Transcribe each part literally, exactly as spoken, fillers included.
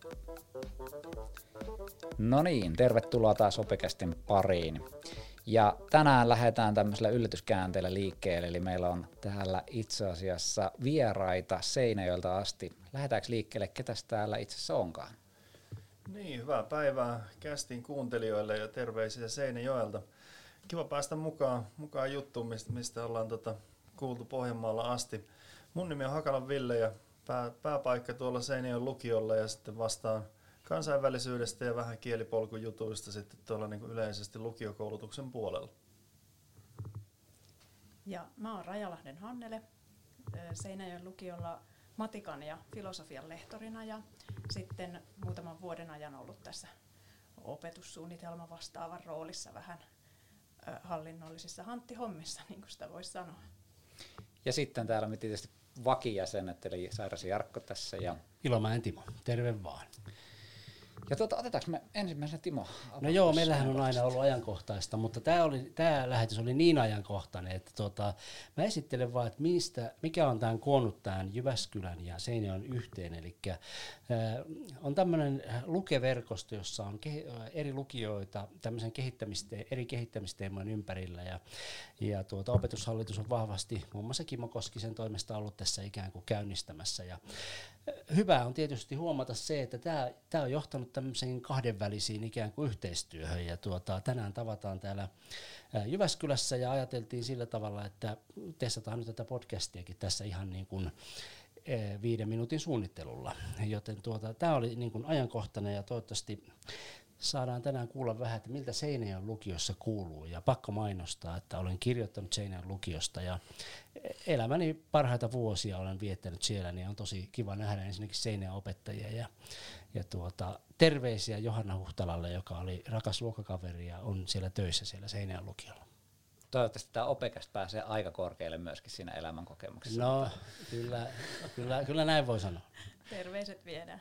No niin, tervetuloa taas Opecastin pariin. Ja tänään lähdetään tämmöisellä yllätyskäänteellä liikkeelle, eli meillä on täällä itse asiassa vieraita Seinäjoelta asti. Lähdetäänkö liikkeelle, ketäs täällä itse asiassa onkaan? Niin, hyvää päivää kästin kuuntelijoille ja terveisiä Seinäjoelta. Kiva päästä mukaan, mukaan juttuun, mistä, mistä ollaan tota, kuultu Pohjanmaalla asti. Mun nimi on Hakalan Ville ja pää, pääpaikka tuolla Seinäjoen lukiolla ja sitten vastaan kansainvälisyydestä ja vähän kielipolkujutuista sitten tuolla niin kuin yleisesti lukiokoulutuksen puolella. Ja mä oon Rajalahden Hannele, Seinäjoen lukiolla matikan ja filosofian lehtorina ja sitten muutaman vuoden ajan ollut tässä opetussuunnitelma vastaavan roolissa vähän hallinnollisissa hanttihommissa, niin kuin sitä voisi sanoa. Ja sitten täällä me tietysti vakijäsenet, eli Sairasi Jarkko tässä. Ja Ilomäen Timo, terve vaan. Ja tuota, otetaanko me ensimmäisenä Timo? No joo, meillähän on aina ollut ajankohtaista, mutta tämä, oli, tämä lähetys oli niin ajankohtainen, että tota, mä esittelen vaan, että mistä, mikä on tämän koonnut tämän Jyväskylän ja Seinäjoen yhteen. Eli äh, on tämmöinen lukeverkosto, jossa on ke, eri lukioita tämmöisen kehittämiste- eri kehittämisteemojen ympärillä. Ja, ja tuota, opetushallitus on vahvasti muun muassa Kimmo Koskisen toimesta ollut tässä ikään kuin käynnistämässä. Ja hyvä on tietysti huomata se, että tämä, tämä on johtanut tämmöisiin kahdenvälisiin ikään kuin yhteistyöhön ja tuota, tänään tavataan täällä Jyväskylässä ja ajateltiin sillä tavalla, että testataan nyt tätä podcastiakin tässä ihan niin kuin viiden minuutin suunnittelulla, joten tuota, tämä oli niin kuin ajankohtainen ja toivottavasti saadaan tänään kuulla vähän, että miltä Seinäjoen lukiossa kuuluu ja pakko mainostaa, että olen kirjoittanut Seinäjoen lukiosta ja elämäni parhaita vuosia olen viettänyt siellä, niin on tosi kiva nähdä ensinnäkin Seinäjoen opettajia ja, ja tuota, terveisiä Johanna Huhtalalle, joka oli rakas luokkakaveri ja on siellä töissä siellä Seinäjoen lukiolla. Toivottavasti tämä Opecast pääsee aika korkealle myöskin siinä elämänkokemuksessa. No, kyllä, kyllä, kyllä näin voi sanoa. Terveiset viedään.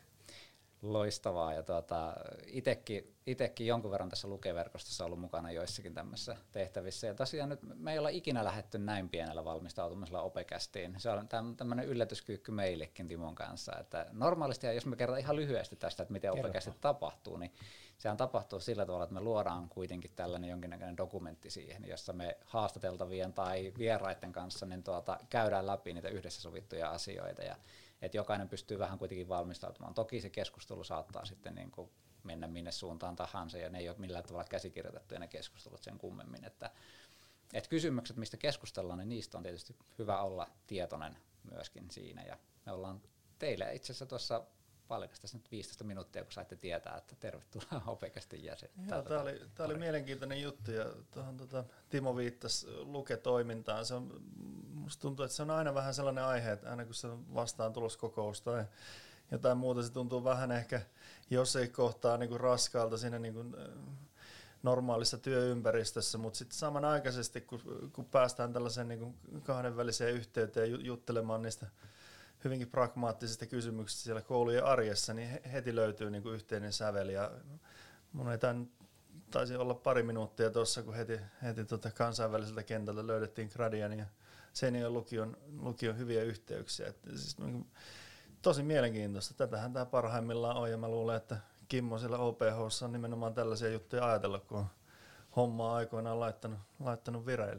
Loistavaa. Ja tuota, itekin, itekin jonkun verran tässä lukeverkostossa ollut mukana joissakin tämmöisissä tehtävissä. Ja tosiaan nyt me ei olla ikinä lähdetty näin pienellä valmistautumisella Opecastiin. Se on tämmöinen yllätyskyykky meillekin Timon kanssa. Että normaalisti, jos me kerrotaan ihan lyhyesti tästä, että miten Opecastit tapahtuu, niin sehän tapahtuu sillä tavalla, että me luodaan kuitenkin tällainen jonkinnäköinen dokumentti siihen, jossa me haastateltavien tai vieraiden kanssa niin tuota, käydään läpi niitä yhdessä sovittuja asioita. Ja että jokainen pystyy vähän kuitenkin valmistautumaan. Toki se keskustelu saattaa sitten niin kuin mennä minne suuntaan tahansa, ja ne ei ole millään tavalla käsikirjoitettuja ne keskustelut sen kummemmin. Että, että kysymykset, mistä keskustellaan, niin niistä on tietysti hyvä olla tietoinen myöskin siinä. Ja me ollaan teille itse asiassa tuossa palkasta tässä nyt viisitoista minuuttia, kun saitte tietää, että tervetuloa Opecastin jäsen. Joo, tämä oli, tämä oli mielenkiintoinen juttu, ja tuohon tuota, Timo viittasi luketoimintaan. Se on, musta tuntuu, että se on aina vähän sellainen aihe, että aina kun se on vastaan tuloskokous tai jotain muuta, se tuntuu vähän ehkä jossain kohtaa niin kuin raskaalta siinä niin kuin normaalissa työympäristössä, mutta sitten samanaikaisesti, kun, kun päästään tällaiseen niin kuin kahdenväliseen yhteyteen ja juttelemaan niistä hyvinkin pragmaattisista kysymyksistä siellä koulujen arjessa, niin heti löytyy niin kuin yhteinen sävel. Ja mun ei tämän, taisi olla pari minuuttia tuossa, kun heti, heti tota kansainväliseltä kentältä löydettiin Gradian ja Seinäjoen lukion, lukion hyviä yhteyksiä. Et siis niin kuin, tosi mielenkiintoista. Tätähän tämä parhaimmillaan on, ja mä luulen, että Kimmo siellä O P H:ssa on nimenomaan tällaisia juttuja ajatella, kun on hommaa aikoinaan laittanut, laittanut vireille.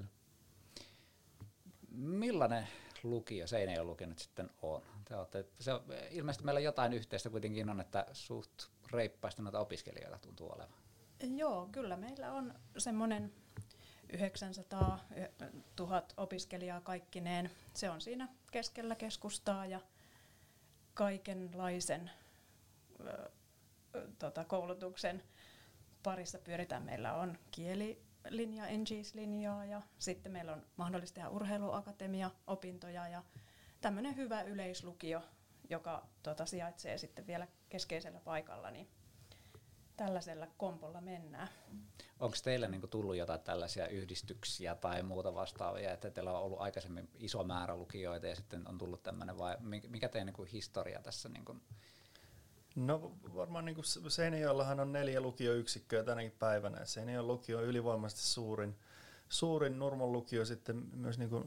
Millainen lukio Seinäjoen lukio nyt sitten on? Te olette, se on? Ilmeisesti meillä jotain yhteistä kuitenkin on, että suht reippaista noita opiskelijoita tuntuu olevan. Joo, kyllä meillä on semmoinen yhdeksänsataa tuhatta opiskelijaa kaikkineen. Se on siinä keskellä keskustaa ja kaikenlaisen ö, tota, koulutuksen parissa pyöritään. Meillä on kielilinja, N G S-linjaa ja sitten meillä on mahdollista tehdä urheiluakatemia-opintoja ja tämmöinen hyvä yleislukio, joka tota, sijaitsee sitten vielä keskeisellä paikalla, niin tällaisella kompolla mennään. Onko teille niinku tullut jotain tällaisia yhdistyksiä tai muuta vastaavia, että teillä on ollut aikaisemmin iso määrä lukijoita ja sitten on tullut tämmöinen, vai mikä teidän niinku historia tässä? Niinku? No varmaan niinku Seinäjoellahan on neljä lukioyksikköä tänäkin päivänä. Seinäjoen lukio on ylivoimaisesti suurin, suurin Nurmon lukio, sitten myös niinku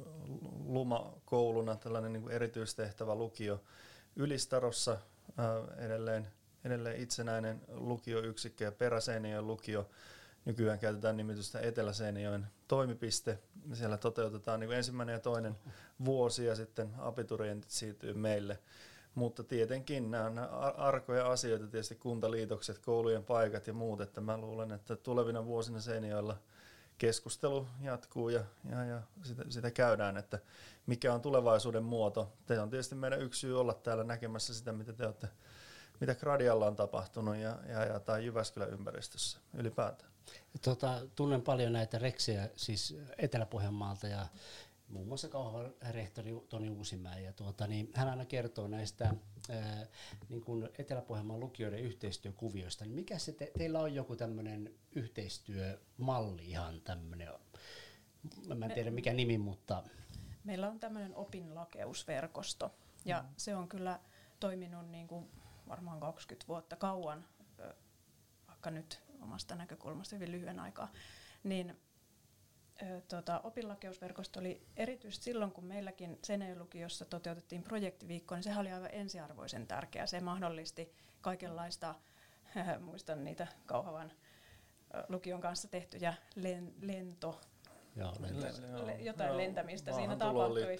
Luma-kouluna tällainen niinku erityistehtävä lukio. Ylistarossa äh, edelleen edelleen itsenäinen lukioyksikkö ja Peräseinäjoen lukio. Nykyään käytetään nimitystä Etelä-Seinäjoen toimipiste. Siellä toteutetaan niin ensimmäinen ja toinen vuosi ja sitten abiturientit siirtyy meille. Mutta tietenkin nämä on arkoja asioita, tietysti kuntaliitokset, koulujen paikat ja muut. Että mä luulen, että tulevina vuosina Seinäjoella keskustelu jatkuu ja, ja, ja sitä, sitä käydään, että mikä on tulevaisuuden muoto. Te on tietysti meidän yksi syy olla täällä näkemässä sitä, mitä te olette, mitä Gradialla on tapahtunut ja, ja, ja tai Jyväskylän ympäristössä ylipäätään. Tota, tunnen paljon näitä reksejä siis Etelä-Pohjanmaalta ja muun muassa Kauhavan rehtori Toni Uusimäe. Ja tuota, niin hän aina kertoo näistä ää, niin kuin Etelä-Pohjanmaan lukioiden yhteistyökuvioista. Niin mikä se te, teillä on joku tämmöinen yhteistyömalli ihan tämmöinen? Mä en tiedä mikä nimi, mutta... Meillä on tämmöinen opinlakeusverkosto ja mm. se on kyllä toiminut niin kuin varmaan kaksikymmentä vuotta kauan, vaikka nyt omasta näkökulmasta hyvin lyhyen aikaa, niin ö, tota, opinlakeusverkosto oli erityisesti silloin, kun meilläkin Seinäjoen lukiossa toteutettiin projektiviikkoa, niin sehän oli aivan ensiarvoisen tärkeää. Se mahdollisti kaikenlaista, äh, muistan niitä Kauhavan äh, lukion kanssa tehtyjä len, lento, Joo, le, le, jotain joo, lentämistä siinä tapahtui.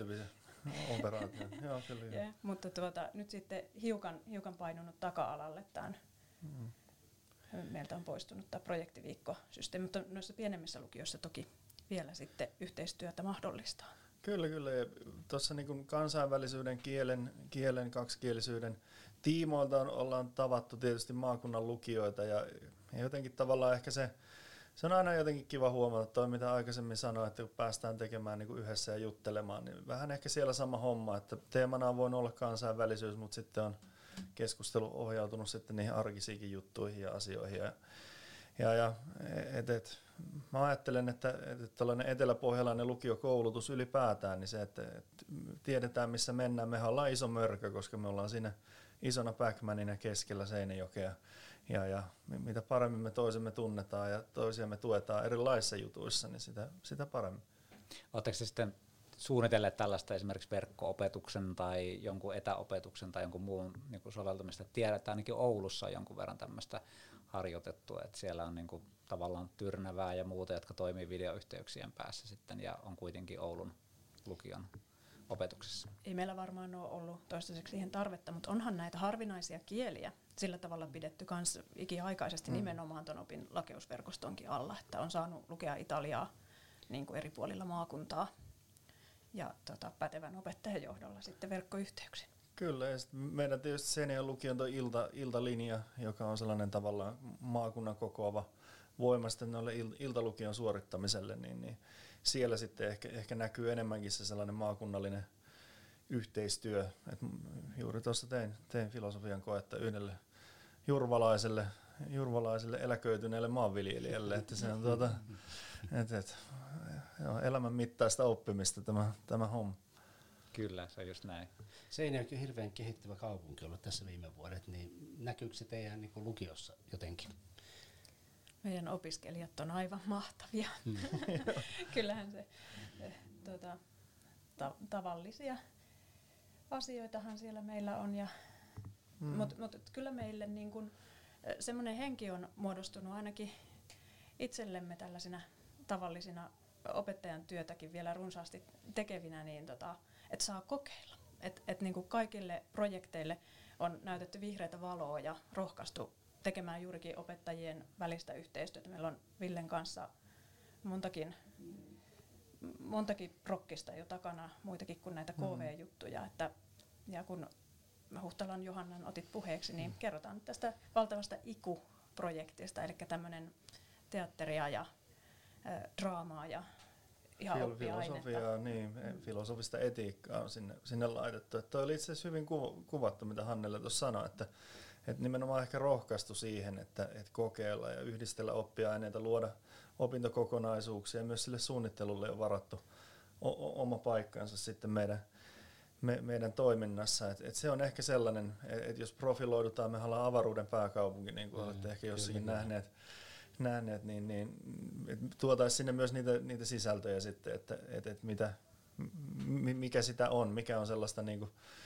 Joo, kyllä, yeah, mutta tuota, nyt sitten hiukan, hiukan painunut taka-alalle tämän. Mm. Meiltä on poistunut tämä projektiviikkosysteemi, mutta noissa pienemmissä lukioissa toki vielä sitten yhteistyötä mahdollistaa. Kyllä, kyllä. Tuossa niin kansainvälisyyden, kielen, kielen kaksikielisyyden tiimoilta on, ollaan tavattu tietysti maakunnan lukioita ja jotenkin tavallaan ehkä se, se on aina jotenkin kiva huomata, toi mitä aikaisemmin sanoin, että kun päästään tekemään niin kuin yhdessä ja juttelemaan, niin vähän ehkä siellä sama homma, että teemana on voinut olla kansainvälisyys, mutta sitten on keskustelu ohjautunut sitten niihin arkisiinkin juttuihin ja asioihin. Ja, ja, ja et, et, mä ajattelen, että et, tällainen eteläpohjalainen lukiokoulutus ylipäätään, niin se, että et, tiedetään missä mennään. Mehän ollaan iso mörkö, koska me ollaan siinä isona Backmanina keskellä Seinäjokea. Ja, ja mitä paremmin me toisemme tunnetaan ja toisiamme tuetaan erilaisissa jutuissa, niin sitä, sitä paremmin. Oletteko sitten suunnitelleet tällaista esimerkiksi verkko-opetuksen tai jonkun etäopetuksen tai jonkun muun niin kuin soveltamista? Tiedän, että ainakin Oulussa on jonkun verran tämmöistä harjoitettu, että siellä on niin kuin tavallaan Tyrnävää ja muuta, jotka toimii videoyhteyksien päässä sitten ja on kuitenkin Oulun lukion opetuksessa. Ei meillä varmaan ole ollut toistaiseksi siihen tarvetta, mutta onhan näitä harvinaisia kieliä sillä tavalla pidetty kans ikiaikaisesti mm. nimenomaan tuon opin lakeusverkostonkin alla, että on saanut lukea italiaa niin kuin eri puolilla maakuntaa ja tota, pätevän opettajan johdolla sitten verkkoyhteyksin. Kyllä, ja meidän tietysti Seinäjoen lukion tuo ilta, iltalinja, joka on sellainen tavallaan maakunnan kokoava voima sitten noille il, iltalukion suorittamiselle, niin, niin siellä sitten ehkä, ehkä näkyy enemmänkin se sellainen maakunnallinen yhteistyö. Et juuri tuossa tein, tein filosofian koetta yhdelle jurvalaiselle, jurvalaiselle eläköityneelle maanviljelijälle, että se on tuota, et, et, joo, elämän mittaista oppimista tämä, tämä homma. Kyllä, se on just näin. Seinäjoki on hirveän kehittyvä kaupunki ollut tässä viime vuodet, niin näkyykö se teidän niin kuin lukiossa jotenkin? Meidän opiskelijat on aivan mahtavia. Mm. Kyllähän se eh, tota, ta- tavallisia asioitahan siellä meillä on. Ja, mm. Mutta mut, kyllä meille niin kun, semmoinen henki on muodostunut ainakin itsellemme tällaisina tavallisina opettajan työtäkin vielä runsaasti tekevinä, niin tota, että saa kokeilla. Että et niin kuin kaikille projekteille on näytetty vihreätä valoa ja rohkaistu tekemään juurikin opettajien välistä yhteistyötä. Meillä on Villen kanssa montakin, montakin prokkista jo takana, muitakin kuin näitä K V-juttuja. Että, ja kun Huhtalan Johannan otit puheeksi, niin kerrotaan nyt tästä valtavasta I K U-projektista, eli tämmöinen teatteria ja ä, draamaa ja ihan oppiainetta. Filosofiaa, niin, filosofista etiikkaa on sinne, sinne laitettu. Että toi oli itse asiassa hyvin kuvattu, mitä Hannele tuossa sanoi, että, että nimenomaan ehkä rohkaistu siihen, että, että kokeilla ja yhdistellä oppiaineita, luoda opintokokonaisuuksia ja myös sille suunnittelulle on varattu o- oma paikkansa sitten meidän, me, meidän toiminnassa. Et, et se on ehkä sellainen, että jos profiloidutaan, me ollaan avaruuden pääkaupunki, niin kuin mm, olette ehkä jossakin nähneet, nähneet, niin, niin tuotaisiin sinne myös niitä, niitä sisältöjä sitten, että et, et mitä, mikä sitä on, mikä on sellaista niin kuin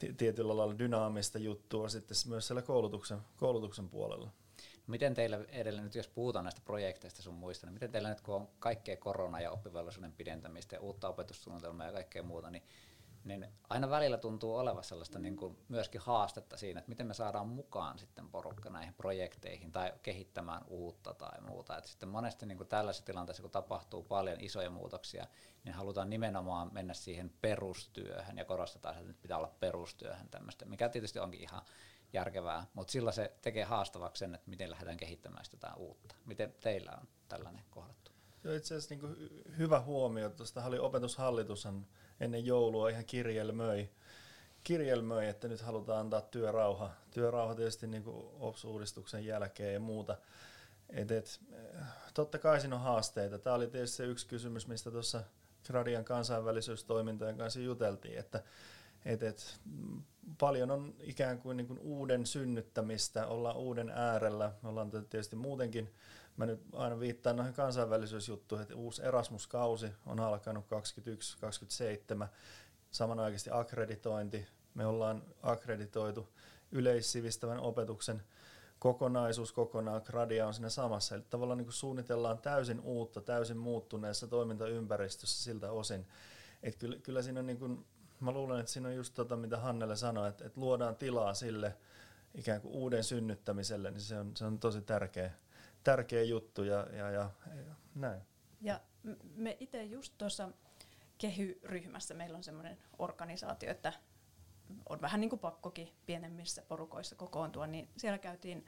tietyllä lailla dynaamista juttua sitten myös siellä koulutuksen, koulutuksen puolella. Miten teillä edelleen nyt, jos puhutaan näistä projekteista sun muista, niin miten teillä nyt, kun on kaikkea korona ja oppivelvollisuuden pidentämistä ja uutta opetussuunnitelmaa ja kaikkea muuta, niin, niin aina välillä tuntuu olevan sellaista niin kuin myöskin haastetta siinä, että miten me saadaan mukaan sitten porukka näihin projekteihin tai kehittämään uutta tai muuta. Et sitten monesti niin kuin tällaisessa tilanteessa, kun tapahtuu paljon isoja muutoksia, niin halutaan nimenomaan mennä siihen perustyöhön ja korostetaan, että nyt pitää olla perustyöhön tämmöistä, mikä tietysti onkin ihan järkevää, mutta silloin se tekee haastavaksi sen, että miten lähdetään kehittämään jotain uutta. Miten teillä on tällainen kohdattu? Joo, itse asiassa niin kuin hyvä huomio. Tuosta oli opetushallitushan ennen joulua ihan kirjelmöi, kirjelmöi, että nyt halutaan antaa työrauha. Työrauha tietysti niin kuin O P S-uudistuksen jälkeen ja muuta. Et, et, totta kai siinä on haasteita. Tämä oli tietysti se yksi kysymys, mistä tuossa Gradian kansainvälisyystoimintojen kanssa juteltiin, että et, et, paljon on ikään kuin, niin kuin uuden synnyttämistä, ollaan uuden äärellä. Me ollaan tietysti muutenkin, mä nyt aina viittaan noihin kansainvälisyysjuttuihin, että uusi Erasmus-kausi on alkanut kaksikymmentäyksi kaksikymmentäseitsemän, samanaikaisesti akkreditointi. Me ollaan akkreditoitu yleissivistävän opetuksen kokonaisuus kokonaan, Gradia on siinä samassa. Eli tavallaan niin kuin suunnitellaan täysin uutta, täysin muuttuneessa toimintaympäristössä siltä osin. Että kyllä, kyllä siinä on niin kuin, mä luulen, että siinä on just tota, mitä Hannele sanoi, että, että luodaan tilaa sille ikään kuin uuden synnyttämiselle, niin se on, se on tosi tärkeä, tärkeä juttu ja, ja, ja, ja näin. Ja me itse just tuossa Kehy-ryhmässä meillä on semmoinen organisaatio, että on vähän niin kuin pakkokin pienemmissä porukoissa kokoontua, niin siellä käytiin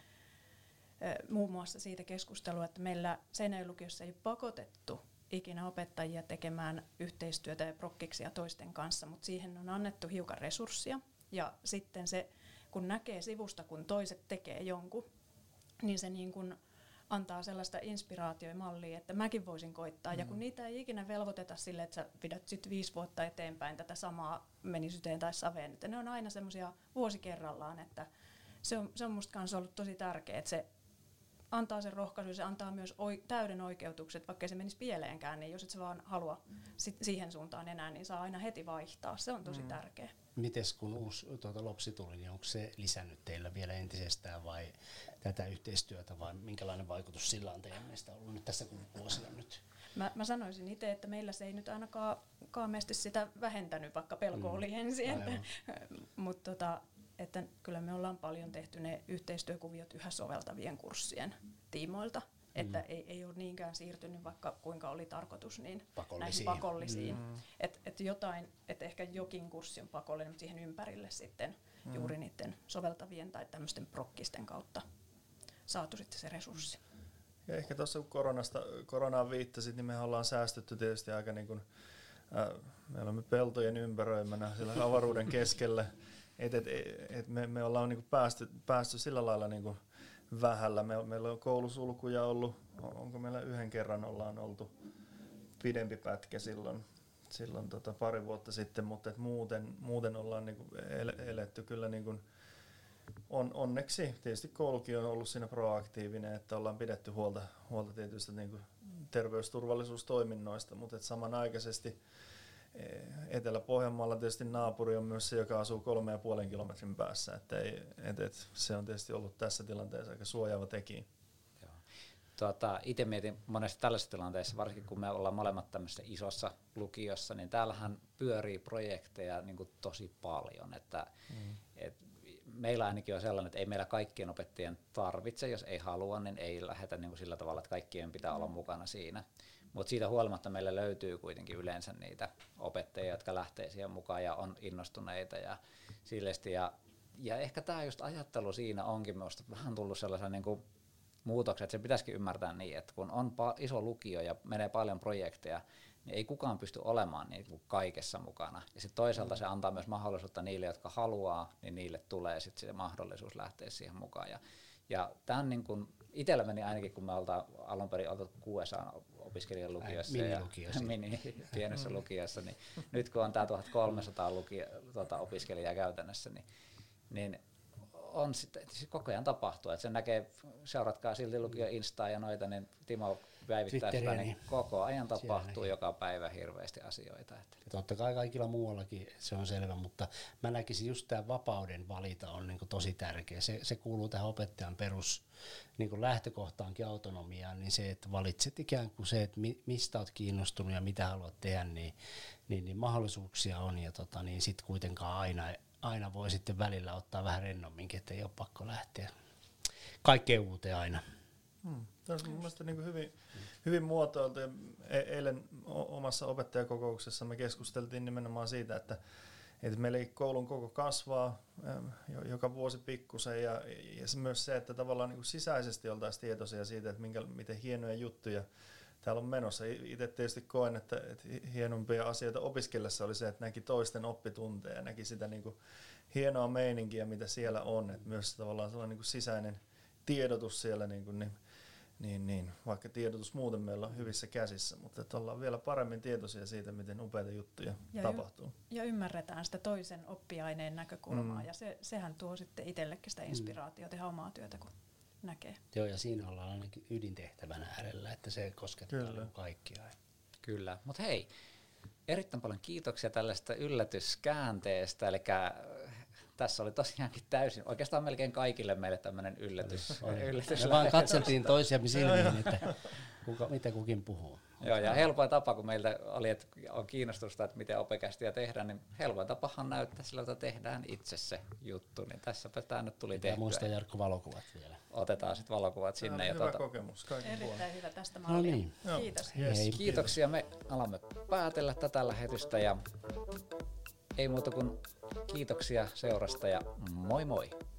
ö, muun muassa siitä keskustelua, että meillä Seinäjoen lukiossa ei ole pakotettu ikinä opettajia tekemään yhteistyötä ja prokkiksia toisten kanssa, mutta siihen on annettu hiukan resurssia. Ja sitten se, kun näkee sivusta, kun toiset tekee jonkun, niin se niin kuin antaa sellaista inspiraatiomallia, että mäkin voisin koittaa. Mm. Ja kun niitä ei ikinä velvoiteta sille, että sä pidät sit viisi vuotta eteenpäin tätä samaa menisyteen tai saveen, että ne on aina semmoisia vuosi kerrallaan, että se on, se on musta kanssa ollut tosi tärkeää, että se antaa sen rohkaisun, se antaa myös oi, täyden oikeutukset, vaikka se menisi pieleenkään, niin jos et sä vaan halua sit siihen suuntaan enää, niin saa aina heti vaihtaa. Se on tosi mm. tärkeä. Mites kun uusi tuota, Lopsi tuli, niin onko se lisännyt teillä vielä entisestään vai tätä yhteistyötä vai minkälainen vaikutus sillä on teidän mielestä ollut nyt tässä vuosina nyt? Mä, mä sanoisin itse, että meillä se ei nyt ainakaan kaameasti sitä vähentänyt, vaikka pelko mm. oli ensin. Mutta tota, että kyllä me ollaan paljon tehty ne yhteistyökuviot yhä soveltavien kurssien tiimoilta. Mm. Että ei, ei ole niinkään siirtynyt, vaikka kuinka oli tarkoitus, niin näihin pakollisiin. Mm. Että et jotain, että ehkä jokin kurssi on pakollinen, mutta siihen ympärille sitten mm. juuri niiden soveltavien tai tämmöisten prokkisten kautta saatu sitten se resurssi. Ja ehkä tuossa kun koronasta, koronaan viittasit, niin me ollaan säästetty tietysti aika niin kuin, äh, me olemme peltojen ympäröimänä siellä avaruuden keskellä. Et, et, et me, me ollaan niin kuin päästy, päästy sillä lailla niin kuin vähällä. Me, meillä on koulusulkuja ollut, onko meillä yhden kerran ollaan oltu pidempi pätkä silloin, silloin tota pari vuotta sitten, mutta et muuten, muuten ollaan niin kuin eletty kyllä niin kuin on, onneksi. Tietysti koulukin on ollut siinä proaktiivinen, että ollaan pidetty huolta, huolta tietysti niin kuin terveysturvallisuustoiminnoista, mutta et samanaikaisesti Etelä-Pohjanmaalla tietysti naapuri on myös se, joka asuu kolme ja puolen kilometrin päässä, että ei, et, et, se on tietysti ollut tässä tilanteessa aika suojaava tekijä. Tuota, itse mietin monesti tällaisessa tilanteessa, varsinkin kun me ollaan molemmat tämmöisessä isossa lukiossa, niin täällähän pyörii projekteja niin kuin tosi paljon. Että, mm. et, meillä ainakin on sellainen, että ei meillä kaikkien opettajien tarvitse, jos ei halua, niin ei lähdetä niin kuin sillä tavalla, että kaikkien pitää mm. olla mukana siinä. Mutta siitä huolimatta meillä löytyy kuitenkin yleensä niitä opettajia, jotka lähtee siihen mukaan ja on innostuneita ja sillesti. Ja, ja ehkä tämä just ajattelu siinä onkin minusta vähän tullut sellaisen niin kuin muutoksen, että se pitäisikin ymmärtää niin, että kun on pa- iso lukio ja menee paljon projekteja, niin ei kukaan pysty olemaan niin kuin kaikessa mukana. Ja sitten toisaalta se antaa myös mahdollisuutta niille, jotka haluaa, niin niille tulee sitten se mahdollisuus lähteä siihen mukaan. Ja, ja tämän niin kuin itsellä meni ainakin, kun me oltaan alun perin oltu Q S A-opiskelijan lukiossa ja mini, pienessä lukiossa, niin nyt kun on tämä tuhatkolmesataa lukio, tuota, opiskelijaa käytännössä, niin, niin on sitten koko ajan tapahtuu, että sen näkee, seuratkaa silti lukio Instaa ja noita, niin Timo päivittäisellä, niin koko ajan Siellä tapahtuu näkee. joka päivä hirveästi asioita. Että. Ja totta kai kaikilla muuallakin se on selvä, mutta mä näkisin just tämä vapauden valita on niin kuin tosi tärkeä. Se, se kuuluu tähän opettajan perus niin kuin lähtökohtaankin autonomiaan, niin se, että valitset ikään kuin se, että mi, mistä olet kiinnostunut ja mitä haluat tehdä, niin, niin, niin mahdollisuuksia on ja tota, niin sitten kuitenkaan aina, aina voi sitten välillä ottaa vähän rennomminkin, että ei ole pakko lähteä kaikkeen uuteen aina. Hmm. Tämä on mun mielestä niin kuin hyvin, hyvin muotoiltu. Ja eilen omassa opettajakokouksessa me keskusteltiin nimenomaan siitä, että, että meillä koulun koko kasvaa joka vuosi pikkusen ja, ja se myös se, että tavallaan niin kuin sisäisesti oltaisiin tietoisia siitä, että minkä, miten hienoja juttuja täällä on menossa. Itse tietysti koen, että, että hienompia asioita opiskellessa oli se, että näki toisten oppitunteja ja näki sitä niin kuin hienoa meininkiä, mitä siellä on. Että myös tavallaan sellainen niin kuin sisäinen tiedotus siellä, niin, kuin, niin, niin, niin, vaikka tiedotus muuten meillä on hyvissä käsissä, mutta että ollaan vielä paremmin tietoisia siitä, miten upeita juttuja ja tapahtuu. Y- ja ymmärretään sitä toisen oppiaineen näkökulmaa, mm. ja se, sehän tuo sitten itsellekin sitä inspiraatiota tehdä omaa työtä, kun näkee. Joo, ja siinä ollaan ainakin ydintehtävänä äärellä, että se koskettaa Kyllä. kaikkia. Kyllä, mutta hei, erittäin paljon kiitoksia tällaista yllätyskäänteestä, eli tässä oli tosiaankin täysin, oikeastaan melkein kaikille meille tämmöinen yllätys. yllätys Me vaan katseltiin toisiamme silmiin, että kuka, mitä kukin puhuu. Joo, ja helpoin tapa, kun meiltä oli, että on kiinnostusta, että miten opekästiä tehdään, niin helpoin tapahan näyttää sillä, että tehdään itse se juttu, niin tässäpä tämä nyt tuli tehtyä. Ja muista Jarkko valokuvat vielä. Otetaan sitten valokuvat sinne. Tämä on ja hyvä tuota, kokemus kaikin Erittäin puolin. hyvä tästä No mallia. niin. Kiitos. Yes. Hei. kiitoksia, me alamme päätellä tätä lähetystä ja ei muuta kuin kiitoksia seurasta ja moi moi!